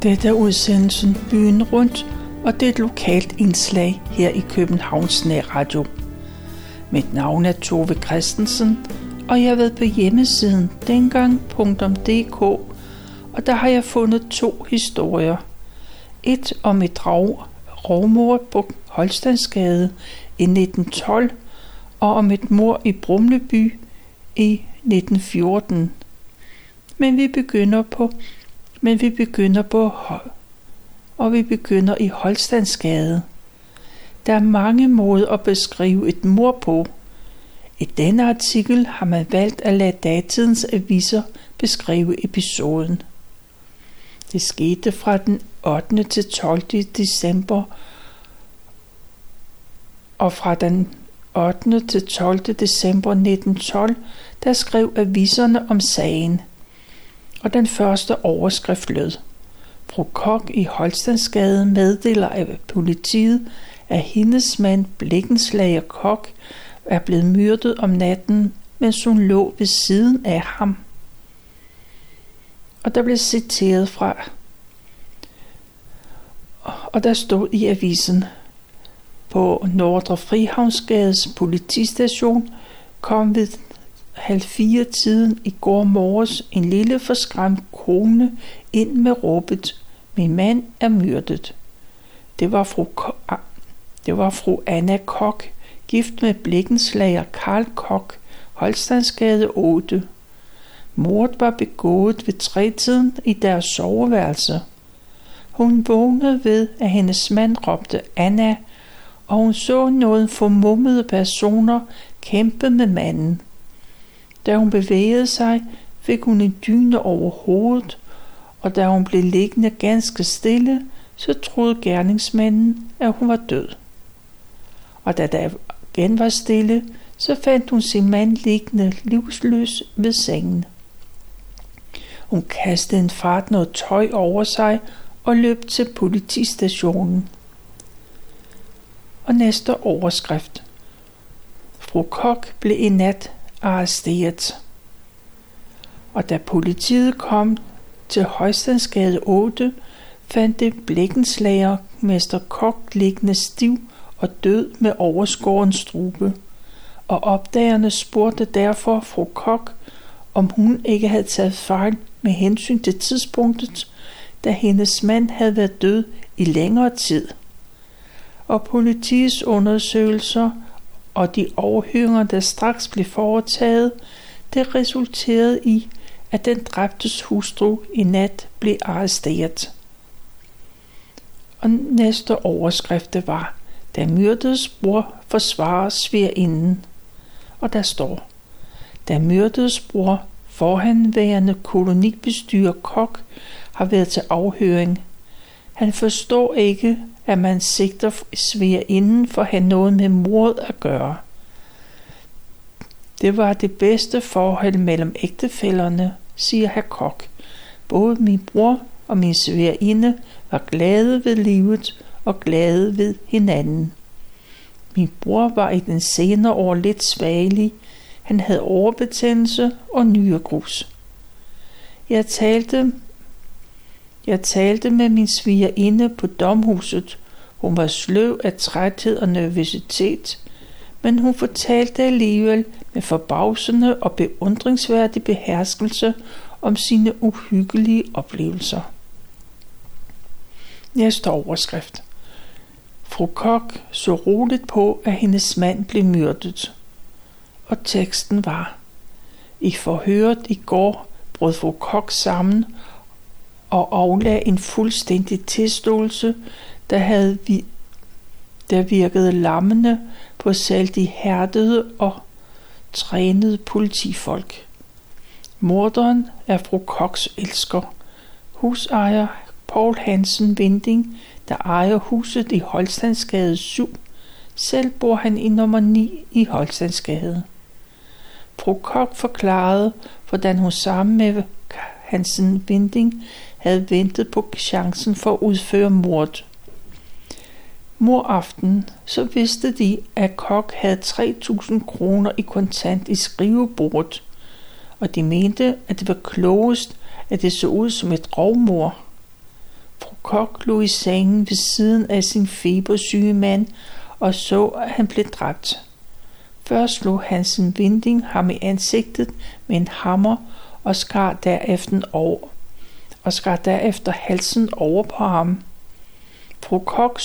Dette er udsendelsen Byen Rundt, og det er et lokalt indslag her i Københavns Nærradio. Mit navn er Tove Christensen, og jeg har været på hjemmesiden dengang.dk, og der har jeg fundet 2 historier. Et om et rovmord på Holstensgade i 1912, og om et mord i Brumleby i 1914. Men vi begynder i Holstensgade. Der er mange måder at beskrive et mord på. I denne artikel har man valgt at lade datidens aviser beskrive episoden. Det skete fra den 8. til 12. december, og fra den 8. til 12. december 1912, der skrev aviserne om sagen. Og den første overskrift lød: Fru Kok i Holstensgade meddeler af politiet, at hendes mand Blikkenslager Kok er blevet myrdet om natten, mens hun lå ved siden af ham. Og der blev citeret fra, og der stod i avisen: på Nordre Frihavnsgades politistation kom ved 3:30 i går morges en lille forskræmt kone ind med råbet: Min mand er myrdet. Det var fru Anna Kok, gift med Blikkenslager Karl Kok, Holstensgade 8. Mordet var begået ved 3-tiden i deres soveværelse. Hun vågnede ved, at hendes mand råbte Anna, og hun så nogle formummede personer kæmpe med manden. Da hun bevægede sig, fik hun en dyne over hovedet, og da hun blev liggende ganske stille, så troede gerningsmanden, at hun var død. Og da der igen var stille, så fandt hun sin mand liggende livsløs ved sengen. Hun kastede en fart noget tøj over sig og løb til politistationen. Og næste overskrift: Fru Kok blev i nat arresteret. Og da politiet kom til Holstensgade 8, fandt det Blikkenslager Mester Kok liggende stiv og død med overskåren strube, og opdagerne spurgte derfor fru Kok, om hun ikke havde taget fejl med hensyn til tidspunktet, da hendes mand havde været død i længere tid. Og politiets undersøgelser og de overhøringer, der straks blev foretaget, det resulterede i, at den dræbtes hustru i nat blev arresteret. Og næste overskrift var: Da myrdedes bror forsvarer svigerinden. Og der står: Da myrdedes bror, forhenværende kolonibestyrer Kok, har været til afhøring. Han forstår ikke, at man sigter svigerinden for at have noget med mordet at gøre. Det var det bedste forhold mellem ægtefællerne, siger herr Kok. Både min bror og min svigerinde var glade ved livet og glade ved hinanden. Min bror var i den senere år lidt svagelig. Han havde overbetændelse og nyregrus. Jeg talte med min svigerinde på domhuset. Hun var sløv af træthed og nervøsitet, men hun fortalte alligevel med forbavsende og beundringsværdig beherskelse om sine uhyggelige oplevelser. Næste overskrift: Fru Kok så roligt på, at hendes mand blev myrdet. Og teksten var: I forhøret i går brød fru Kok sammen og aflagde en fuldstændig tilståelse, der virkede lammende på selv de hærdede og trænede politifolk. Morderen er fru Koks elsker, husejer Poul Hansen Vinding, der ejer huset i Holstensgade 7. Selv bor han i nummer 9 i Holstensgade. Fru Kok forklarede, hvordan hun sammen med Hansen Vinding havde ventet på chancen for at udføre mordet. Moraften, så vidste de, at Kok havde 3.000 kroner i kontant i skrivebordet, og de mente, at det var klogest, at det så ud som et rovmord. Koch lå i sengen ved siden af sin febersyge mand og så, at han blev dræbt. Først slog Hansen Winding ham i ansigtet med en hammer og skar derefter halsen over på ham. Fru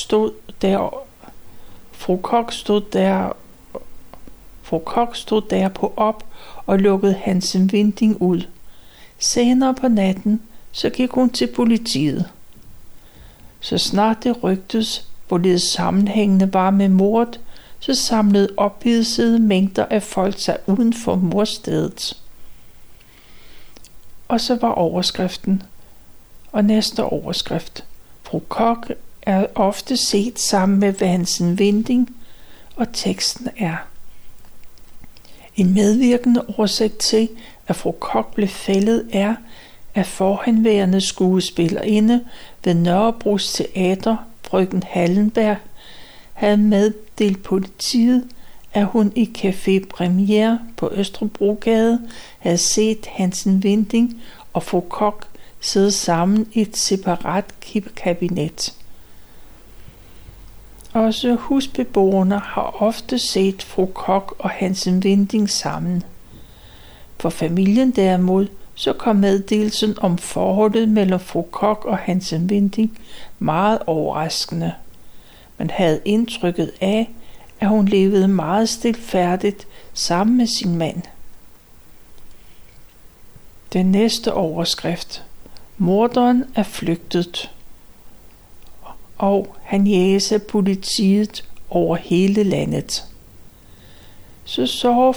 Koch stod derpå op og lukkede Hansen Winding ud. Senere på natten, så gik hun til politiet. Så snart det rygtes, hvorledes sammenhængende var med mordet, så samlede ophidsede mængder af folk sig uden for mordstedet. Og så var overskriften. Og næste overskrift. Fru Koch er ofte set sammen med Hansen Winding, og teksten er: en medvirkende årsag til, at fru Koch blev fældet, er, at forhenværende skuespillerinde ved Nørrebros Teater, frøken Hallenberg, havde meddelt politiet, at hun i Café Premiere på Østerbrogade havde set Hansen Winding og fru Koch sidde sammen i et separat kabinet. Også husbeboerne har ofte set fru Koch og Hansen Winding sammen. For familien derimod, så kom meddelelsen om forholdet mellem fru Koch og Hansen Winding meget overraskende. Man havde indtrykket af, at hun levede meget stilfærdigt sammen med sin mand. Den næste overskrift. Morderen er flygtet, og han jages af politiet over hele landet. Så sørger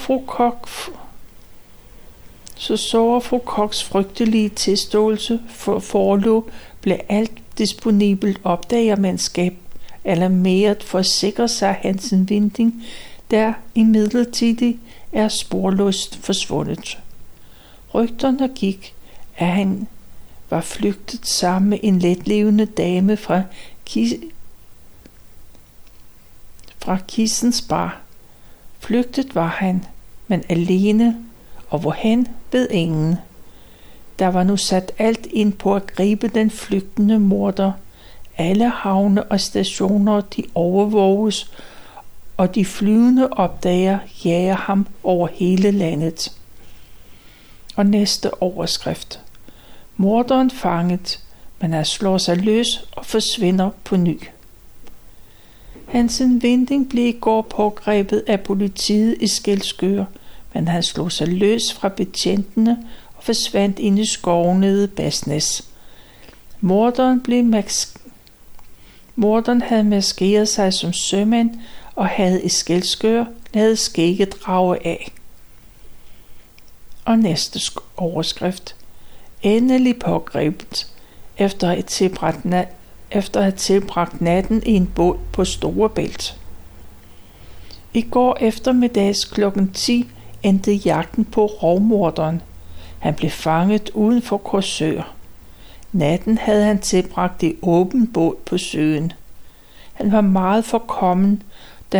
fru Kochs frygtelige tilståelse for forlå blev alt disponibelt opdagermandskab alarmeret for at sikre sig Hansen Winding, der imidlertid er sporløst forsvundet. Rygterne gik, at han var flygtet sammen med en letlevende dame fra Kissens Bar. Flygtet var han, men alene, og hvorhen ved ingen. Der var nu sat alt ind på at gribe den flygtende morder. Alle havne og stationer, de overvåges, og de flyvende opdager jager ham over hele landet. Og næste overskrift. Morderen fanget, men han slår sig løs og forsvinder på ny. Hansen Winding blev i går pågrebet af politiet i Skælskør, men han slog sig løs fra betjentene og forsvandt ind i skoven nede i Basnæs. Morderen havde maskeret sig som sømand og havde i Skælskør lavet skægget drage af. Og næste overskrift. Endelig pågrebet efter at have tilbragt natten i en båd på Storebælt. I går eftermiddags kl. 10 endte jagten på rovmorderen. Han blev fanget uden for Korsør. Natten havde han tilbragt i åben båd på søen. Han var meget forkommen, da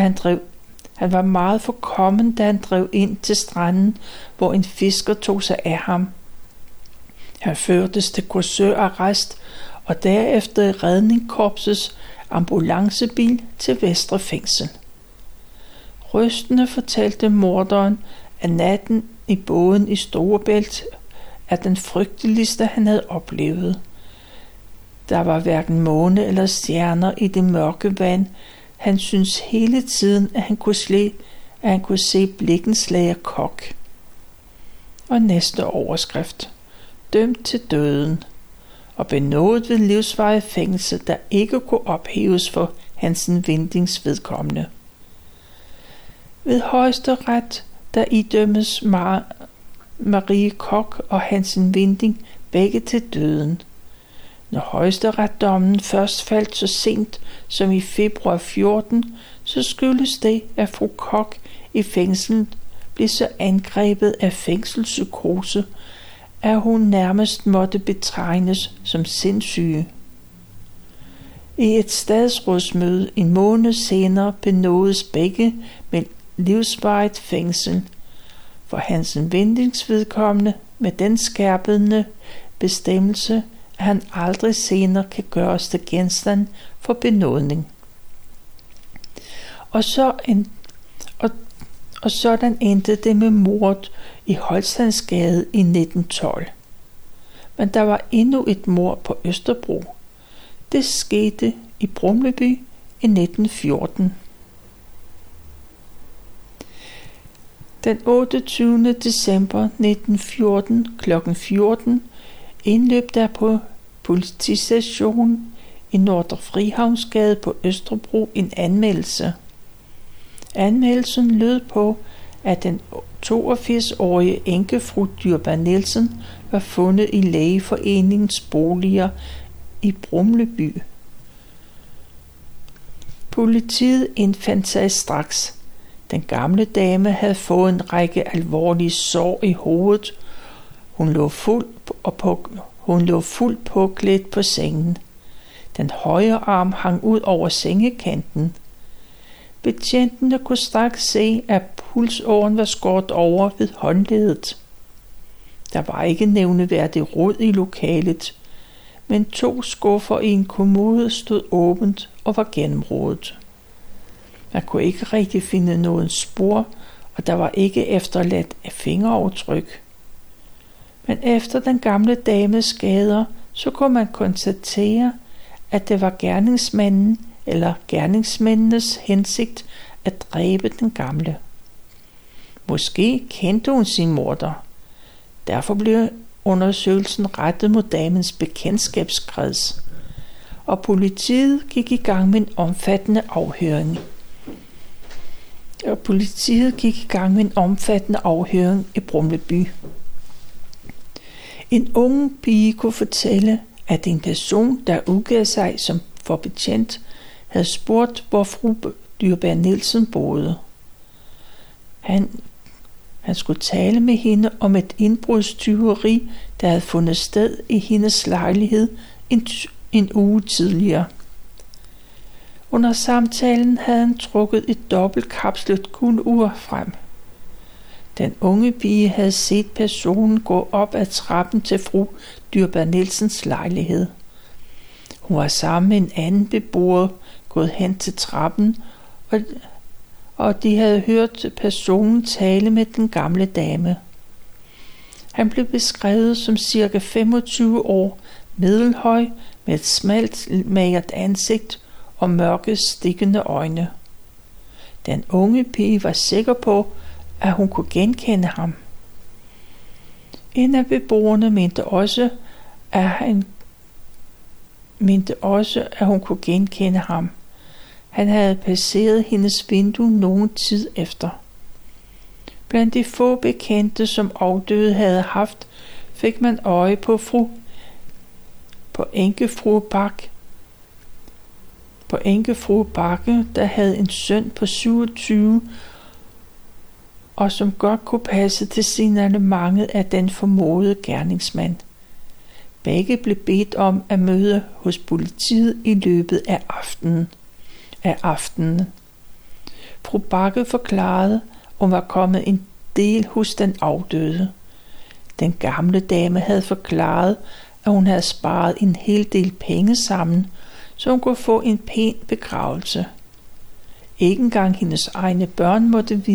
han drev ind til stranden, hvor en fisker tog sig af ham. Han førtes til Korsør arrest og derefter i redningskorpsets ambulancebil til Vestre Fængsel. Rystende fortalte morderen, at natten i båden i Storebælt er den frygteligste, han havde oplevet. Der var hverken måne eller stjerner i det mørke vand. Han syntes hele tiden, at han kunne se blikkenslager Koch. Og næste overskrift. Dømt til døden og benådet ved livsvarig fængsel, der ikke kunne ophæves for Hansen Windings vedkommende. Ved Højesteret, der idømmes Marie Koch og Hansen Winding begge til døden. Når højesteretsdommen først faldt så sent som i februar 14, så skyldes det, at fru Koch i fængslet blev så angrebet af fængselspsykose, at hun nærmest måtte betegnes som sindssyge. I et stadsrådsmøde en måned senere benådes begge med livsvarigt fængsel. For Hansen Windings vedkommende med den skærpende bestemmelse, at han aldrig senere kan gøres til genstand for benådning. Og sådan endte det med mordet i Holstensgade i 1912. Men der var endnu et mord på Østerbro. Det skete i Brumleby i 1914. Den 28. december 1914 kl. 14 indløb der på politistationen i Nordre Frihavnsgade på Østerbro en anmeldelse. Anmeldelsen lød på, at den 82-årige enkefru Dyrbær Nielsen var fundet i Lægeforeningens boliger i Brumleby. Politiet indfandt sig straks. Den gamle dame havde fået en række alvorlige sår i hovedet. Hun lå fuldt påklædt på sengen. Den højre arm hang ud over sengekanten. Betjentene kunne straks se, at pulsåren var skåret over ved håndleddet. Der var ikke nævneværdig rod i lokalet, men 2 skuffer i en kommode stod åbent og var gennemrodet. Man kunne ikke rigtig finde noget spor, og der var ikke efterladt af fingeraftryk. Men efter den gamle dames skader, så kunne man konstatere, at det var gerningsmanden eller gerningsmændenes hensigt at dræbe den gamle. Måske kendte hun sin morder. Derfor blev undersøgelsen rettet mod damens bekendtskabskreds, og politiet gik i gang med en omfattende afhøring. I Brumleby. En ung pige kunne fortælle, at en person, der udgav sig som for betjent, havde spurgt, hvor fru Dyrbær Nielsen boede. Han skulle tale med hende om et indbrudstyveri, der havde fundet sted i hendes lejlighed en uge tidligere. Under samtalen havde han trukket et dobbeltkapslet guldur frem. Den unge pige havde set personen gå op ad trappen til fru Dyrbær Nielsens lejlighed. Hun var sammen med en anden beboer gået hen til trappen, og de havde hørt personen tale med den gamle dame. Han blev beskrevet som cirka 25 år, middelhøj, med et smalt, magert ansigt og mørke, stikkende øjne. Den unge pige var sikker på, at hun kunne genkende ham. En af beboerne mente også, at hun kunne genkende ham. Han havde passeret hendes vindue nogen tid efter. Blandt de få bekendte, som afdøde havde haft, fik man øje på enkefru Bakke, der havde en søn på 27, og som godt kunne passe til signalementet af den formodede gerningsmand. Begge blev bedt om at møde hos politiet i løbet af aftenen. Fru Bakke forklarede, hun var kommet en del hos den afdøde. Den gamle dame havde forklaret, at hun havde sparet en hel del penge sammen, så hun kunne få en pæn begravelse. Ikke engang hendes egne børn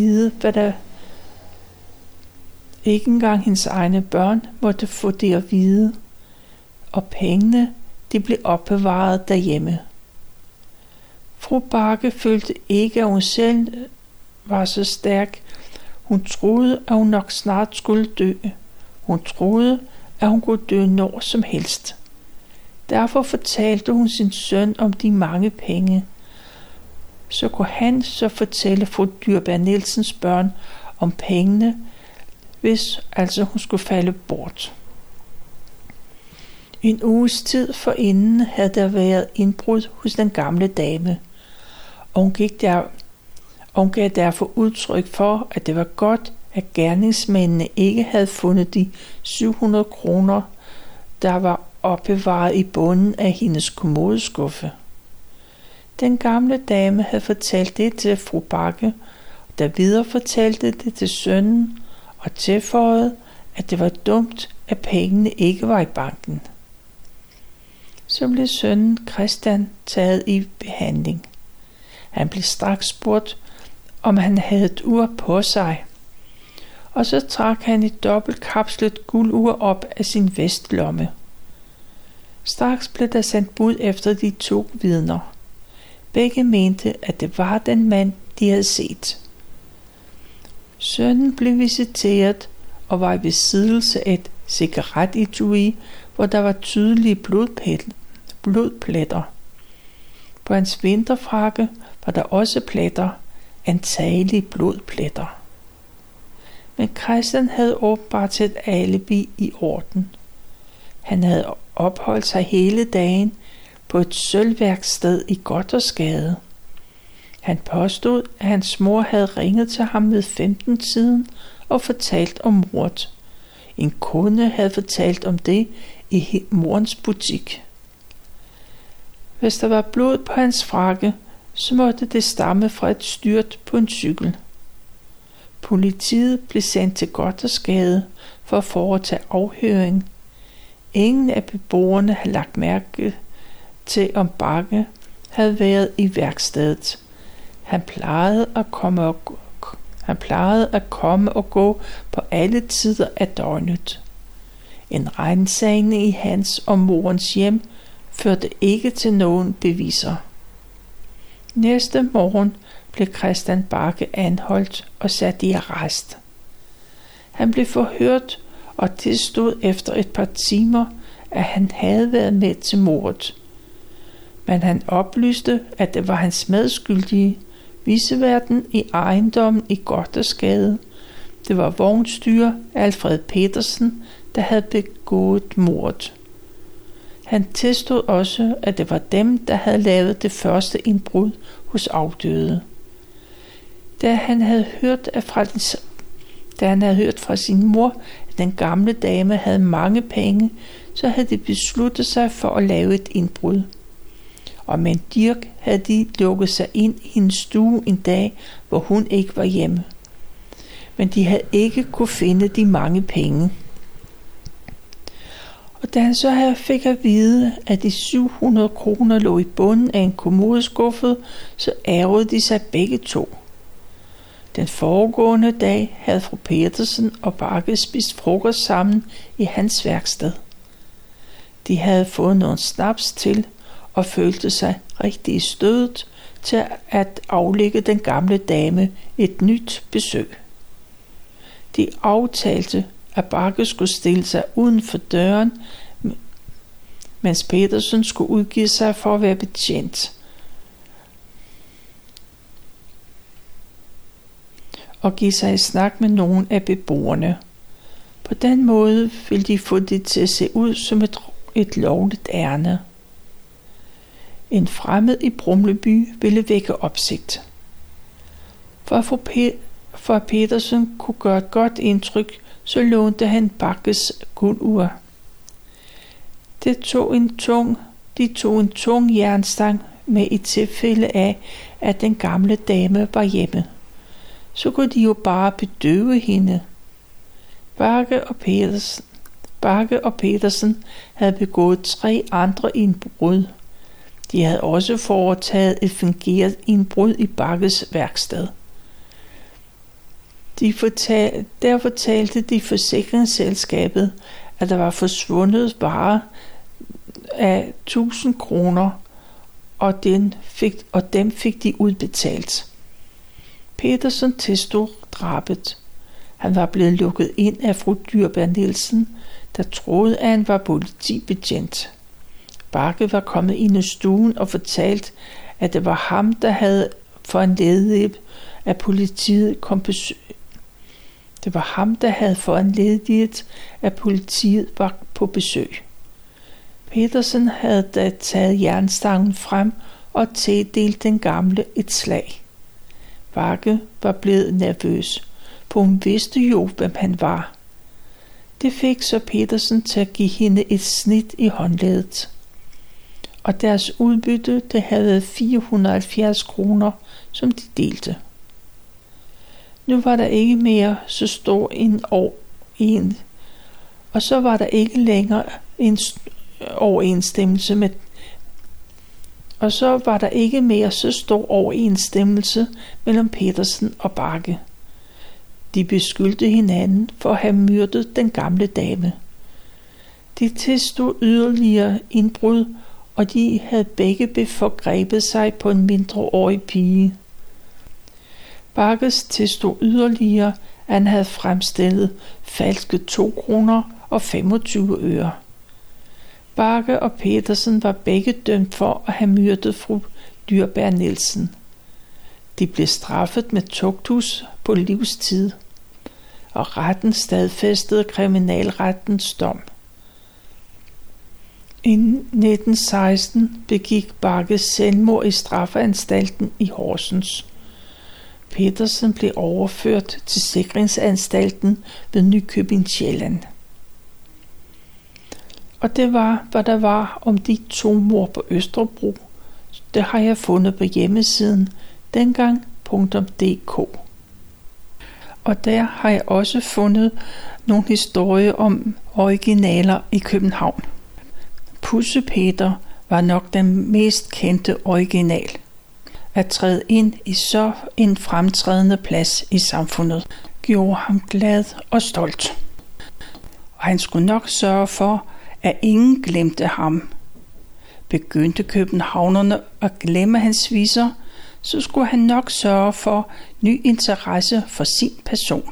måtte få det at vide, og pengene, de blev opbevaret derhjemme. Fru Bakke følte ikke, at hun selv var så stærk. Hun troede, at hun nok snart skulle dø. Hun troede, at hun kunne dø når som helst. Derfor fortalte hun sin søn om de mange penge. Så kunne han så fortælle fru Dyrbær Nielsens børn om pengene, hvis altså hun skulle falde bort. En uges tid forinden havde der været indbrud hos den gamle dame, og hun gav derfor udtryk for, at det var godt, at gerningsmændene ikke havde fundet de 700 kroner, der var opbevaret i bunden af hendes kommodeskuffe. Den gamle dame havde fortalt det til fru Bakke, der videre fortalte det til sønnen og tilføjede, at det var dumt, at pengene ikke var i banken. Så blev sønnen Christian taget i behandling. Han blev straks spurgt, om han havde et ur på sig, og så trak han et dobbeltkapslet guldur op af sin vestlomme. Straks blev der sendt bud efter de 2 vidner. Begge mente, at det var den mand, de havde set. Sønnen blev visiteret og var i besiddelse af et cigarettetui, hvor der var tydelige blodpletter. På hans vinterfrakke var der også pletter, antagelige blodpletter. Men Christian havde åbenbart et alibi i orden. Han havde opholdt sig hele dagen på et sølvværksted i Gothersgade. Han påstod, at hans mor havde ringet til ham ved 15-tiden og fortalt om mordet. En kunde havde fortalt om det i morens butik. Hvis der var blod på hans frakke, så måtte det stamme fra et styrt på en cykel. Politiet blev sendt til Gothersgade for at foretage afhøring. Ingen af beboerne havde lagt mærke til, om Bagge havde været i værkstedet. Han plejede at komme og gå på alle tider af døgnet. En ransagning i hans og morens hjem førte ikke til nogen beviser. Næste morgen blev Christian Bagge anholdt og sat i arrest. Han blev forhørt og tilstod efter et par timer, at han havde været med til mordet. Men han oplyste, at det var hans medskyldige, viceværten i ejendommen i Gothersgade. Det var vognstyrer Alfred Petersen, der havde begået mordet. Han tilstod også, at det var dem, der havde lavet det første indbrud hos afdøde. Da han havde hørt fra sin mor, at den gamle dame havde mange penge, så havde de besluttet sig for at lave et indbrud. Og med Dirk havde de lukket sig ind i en stue en dag, hvor hun ikke var hjemme. Men de havde ikke kunne finde de mange penge. Og da han så fik at vide, at de 700 kroner lå i bunden af en kommodeskuffe, så ærgede de sig begge 2. Den foregående dag havde fru Petersen og Bagge spist frokost sammen i hans værksted. De havde fået noget snaps til og følte sig rigtig i stødet til at aflægge den gamle dame et nyt besøg. De aftalte, at Bagge skulle stille sig uden for døren, mens Petersen skulle udgive sig for at være betjent. Og give sig i snak med nogen af beboerne. På den måde ville de få det til at se ud som et lovligt ærne. En fremmed i Brumleby ville vække opsigt. For at Petersen kunne gøre et godt indtryk, så lånte han Bagges guldur. De tog en tung jernstang med i tilfælde af, at den gamle dame var hjemme. Så kunne de jo bare bedøve hende. Bagge og Petersen havde begået 3 andre indbrud. De havde også foretaget et fingeret indbrud i Bagges værksted. Der fortalte de forsikringsselskabet, at der var forsvundet varer af 1000 kroner, og dem fik de udbetalt. Petersen tilstod drabet. Han var blevet lukket ind af fru Dyrbær Nielsen, der troede, at han var politibetjent. Bagge var kommet ind i stuen og fortalt, at det var ham, der havde foranlediget, at politiet kom besøg. Det var ham, der havde foranlediget, at politiet var på besøg. Petersen havde da taget jernstangen frem og tildelt den gamle et slag. Bagge var blevet nervøs, for hun vidste jo, hvem han var. Det fik så Petersen til at give hende et snit i håndledet. Og deres udbytte, det havde 470 kroner, som de delte. Nu var der ikke mere så stor en, og så var der ikke længere en overensstemmelse Og så var der ikke mere så stor overensstemmelse mellem Petersen og Bagge. De beskyldte hinanden for at have myrdet den gamle dame. De tilstod yderligere indbrud, og de havde begge forgrebet sig på en mindreårig pige. Bagges tilstod yderligere, at han havde fremstillet falske 2 kroner og 25 øre. Bagge og Petersen var begge dømt for at have myrdet fru Dyhrberg Nielsen. De blev straffet med tugthus på livstid, og retten stadfæstede kriminalrettens dom. I 1916 begik Bagge selvmord i straffeanstalten i Horsens. Petersen blev overført til sikringsanstalten ved Nykøbing Sjælland. Og det var, hvad der var om de 2 mord på Østerbro. Det har jeg fundet på hjemmesiden dengang.dk. Og der har jeg også fundet nogle historier om originaler i København. Pusse Peter var nok den mest kendte original. At træde ind i så en fremtrædende plads i samfundet gjorde ham glad og stolt. Og han skulle nok sørge for, at ingen glemte ham. Begyndte københavnerne at glemme hans viser, så skulle han nok sørge for ny interesse for sin person.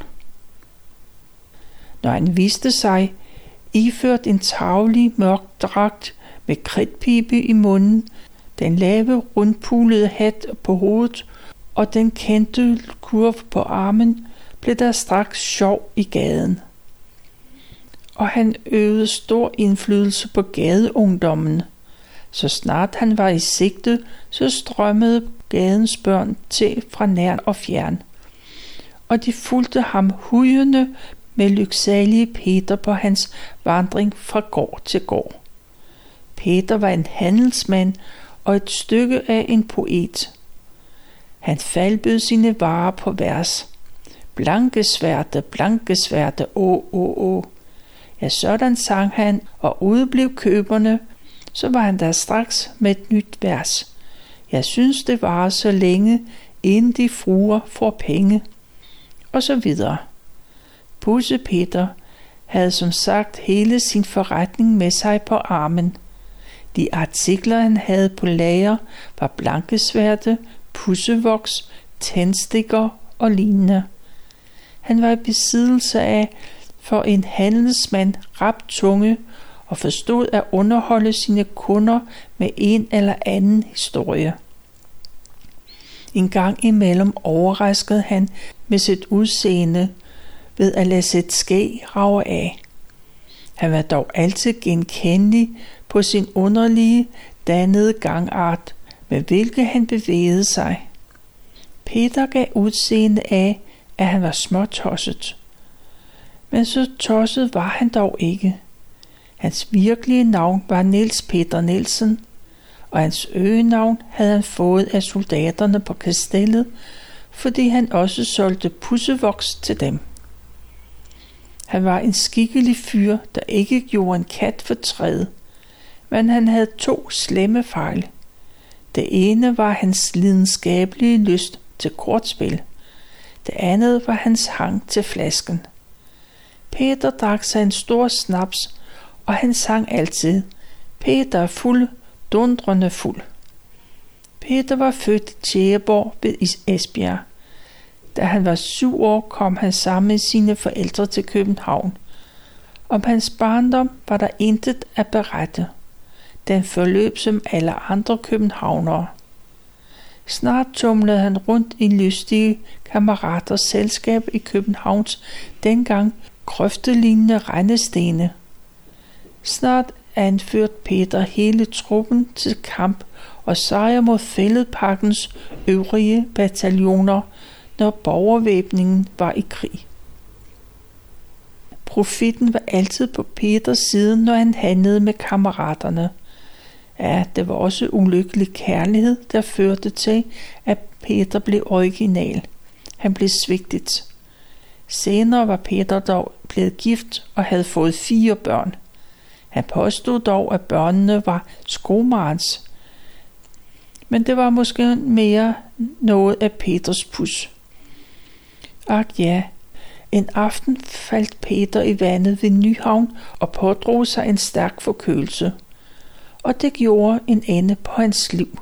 Når han viste sig, iført en tarvelig mørk dragt med kridtpibe i munden, den lave rundpulede hat på hovedet og den kendte kurv på armen, blev der straks sjov i gaden. Og han øvede stor indflydelse på gadeungdommen. Så snart han var i sigte, så strømmede gadens børn til fra nær og fjern. Og de fulgte ham hujende med lyksalige Peter på hans vandring fra gård til gård. Peter var en handelsmand og et stykke af en poet. Han falbød sine varer på vers. Blanke sværte, åh. Ja, sådan sang han, og udeblev køberne, så var han der straks med et nyt vers. Jeg synes, det varer så længe, inden de fruer får penge. Og så videre. Pusse Peter havde som sagt hele sin forretning med sig på armen. De artikler, han havde på lager, var blankesværte, pussevoks, tændstikker og lignende. Han var i besiddelse af for en handelsmand rap tunge og forstod at underholde sine kunder med en eller anden historie. En gang imellem overraskede han med sit udseende ved at lade sit skæg rage af. Han var dog altid genkendelig på sin underlige, dannede gangart, med hvilket han bevægede sig. Peter gav udseende af, at han var småtosset. Men så tosset var han dog ikke. Hans virkelige navn var Niels Peter Nielsen, og hans øgenavn havde han fået af soldaterne på kastellet, fordi han også solgte pussevoks til dem. Han var en skikkelig fyr, der ikke gjorde en kat fortræd, men han havde 2 slemme fejl. Det ene var hans lidenskabelige lyst til kortspil. Det andet var hans hang til flasken. Peter drak sig en stor snaps, og han sang altid: Peter er fuld, dundrende fuld. Peter var født i Tjæreborg ved Esbjerg. Da han var 7 år, kom han sammen med sine forældre til København. Om hans barndom var der intet at berette. Den forløb som alle andre københavnere. Snart tumlede han rundt i lystige kammeraters selskab i Københavns dengang grøftelignende rendestene. Snart anførte Peter hele truppen til kamp og sejr mod Fælledparkens øvrige bataljoner, når borgervæbningen var i krig. Profitten var altid på Peters side, når han handlede med kammeraterne. Ja, det var også ulykkelig kærlighed, der førte til, at Peter blev original. Han blev svigtet. Senere var Peter dog blevet gift og havde fået 4 børn. Han påstod dog, at børnene var skomagerens. Men det var måske mere noget af Peters pus. Ak ja, en aften faldt Peter i vandet ved Nyhavn og pådrog sig en stærk forkølelse, og det gjorde en ende på hans liv.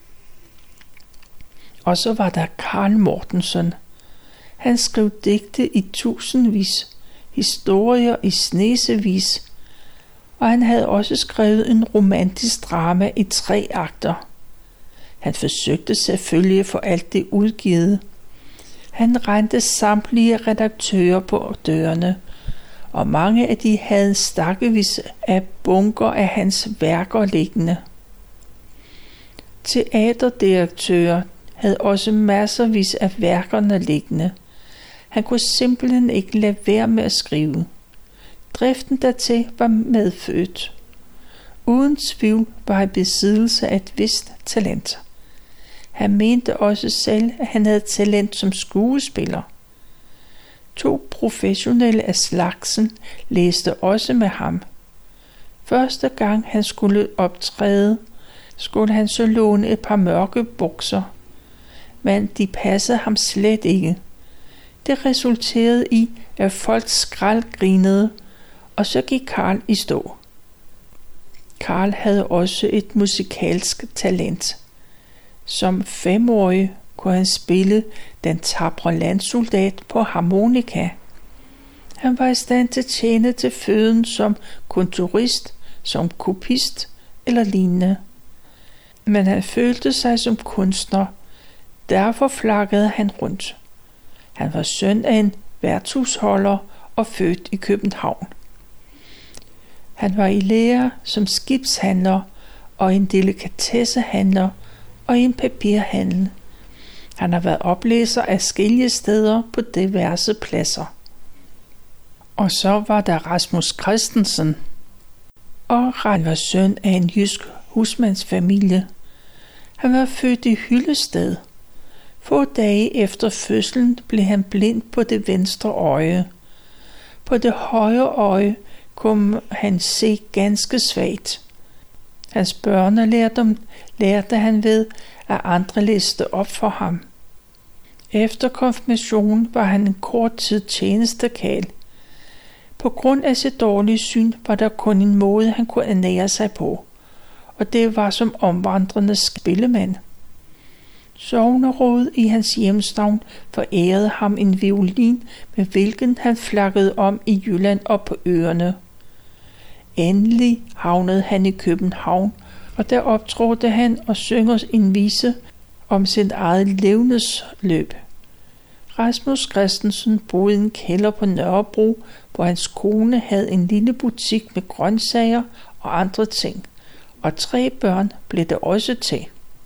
Og så var der Carl Mortensen. Han skrev digte i tusindvis, historier i snesevis, og han havde også skrevet en romantisk drama i 3 akter. Han forsøgte selvfølgelig for alt det udgivet. Han rendte samtlige redaktører på dørene, og mange af de havde stakkevis af bunker af hans værker liggende. Teaterdirektører havde også masservis af værkerne liggende. Han kunne simpelthen ikke lade være med at skrive. Driften dertil var medfødt. Uden tvivl var han i besiddelse af et vist talent. Han mente også selv, at han havde talent som skuespiller. 2 professionelle af slagsen læste også med ham. Første gang han skulle optræde, skulle han så låne et par mørke bukser, men de passede ham slet ikke. Det resulterede i, at folk skraldgrinede, og så gik Carl i stå. Carl havde også et musikalsk talent. Som 5-årig kunne han spille Den tapre landsoldat på harmonika. Han var i stand til at tjene til føden som kontorist, som kopist eller lignende. Men han følte sig som kunstner, derfor flakkede han rundt. Han var søn af en værtshusholder og født i København. Han var i lære som skibshandler og en delikatessehandler og en papirhandel. Han har været oplæser af forskellige steder på diverse pladser. Og så var der Rasmus Christensen, og han var søn af en jysk husmandsfamilie. Han var født i Hyllested. Få dage efter fødslen blev han blind på det venstre øje. På det højre øje kunne han se ganske svagt. Hans børnelærdom lærte han ved, at andre læste op for ham. Efter konfirmationen var han en kort tid tjenestekarl. På grund af sit dårlige syn var der kun en måde, han kunne ernære sig på, og det var som omvandrende spillemand. Sognerådet i hans hjemstavn forærede ham en violin, med hvilken han flakkede om i Jylland og på øerne. Endelig havnede han i København, og der optrådte han og synger en vise om sit eget levnedsløb. Rasmus Christensen boede i en kælder på Nørrebro, hvor hans kone havde en lille butik med grøntsager og andre ting, og 3 børn blev det også til.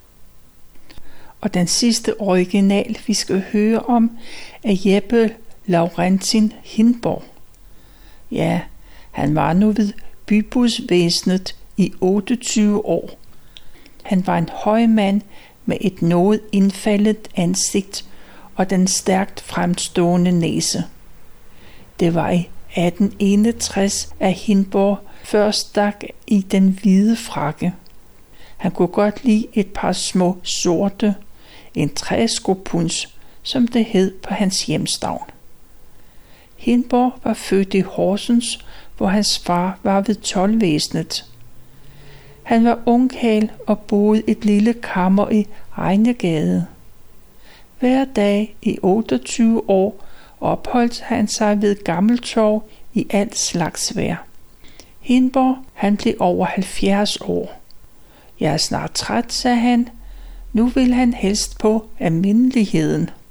Og den sidste original, vi skal høre om, er Jeppe Laurentin Hindborg. Ja, han var nu ved bybusvæsenet i 28 år. Han var en høj mand med et noget indfaldet ansigt og den stærkt fremstående næse. Det var i 1861, at Hindborg først stak i den hvide frakke. Han kunne godt lide et par små sorte, en træskopuns, som det hed på hans hjemstavn. Hindborg var født i Horsens, hvor hans far var ved toldvæsenet. Han var ungkarl og boede i et lille kammer i Regnegade. Hver dag i 28 år opholdt han sig ved Gammeltorv i alt slags vejr. Hindborg, han blev over 70 år. Jeg er snart træt, sagde han. Nu vil han helst på almindeligheden.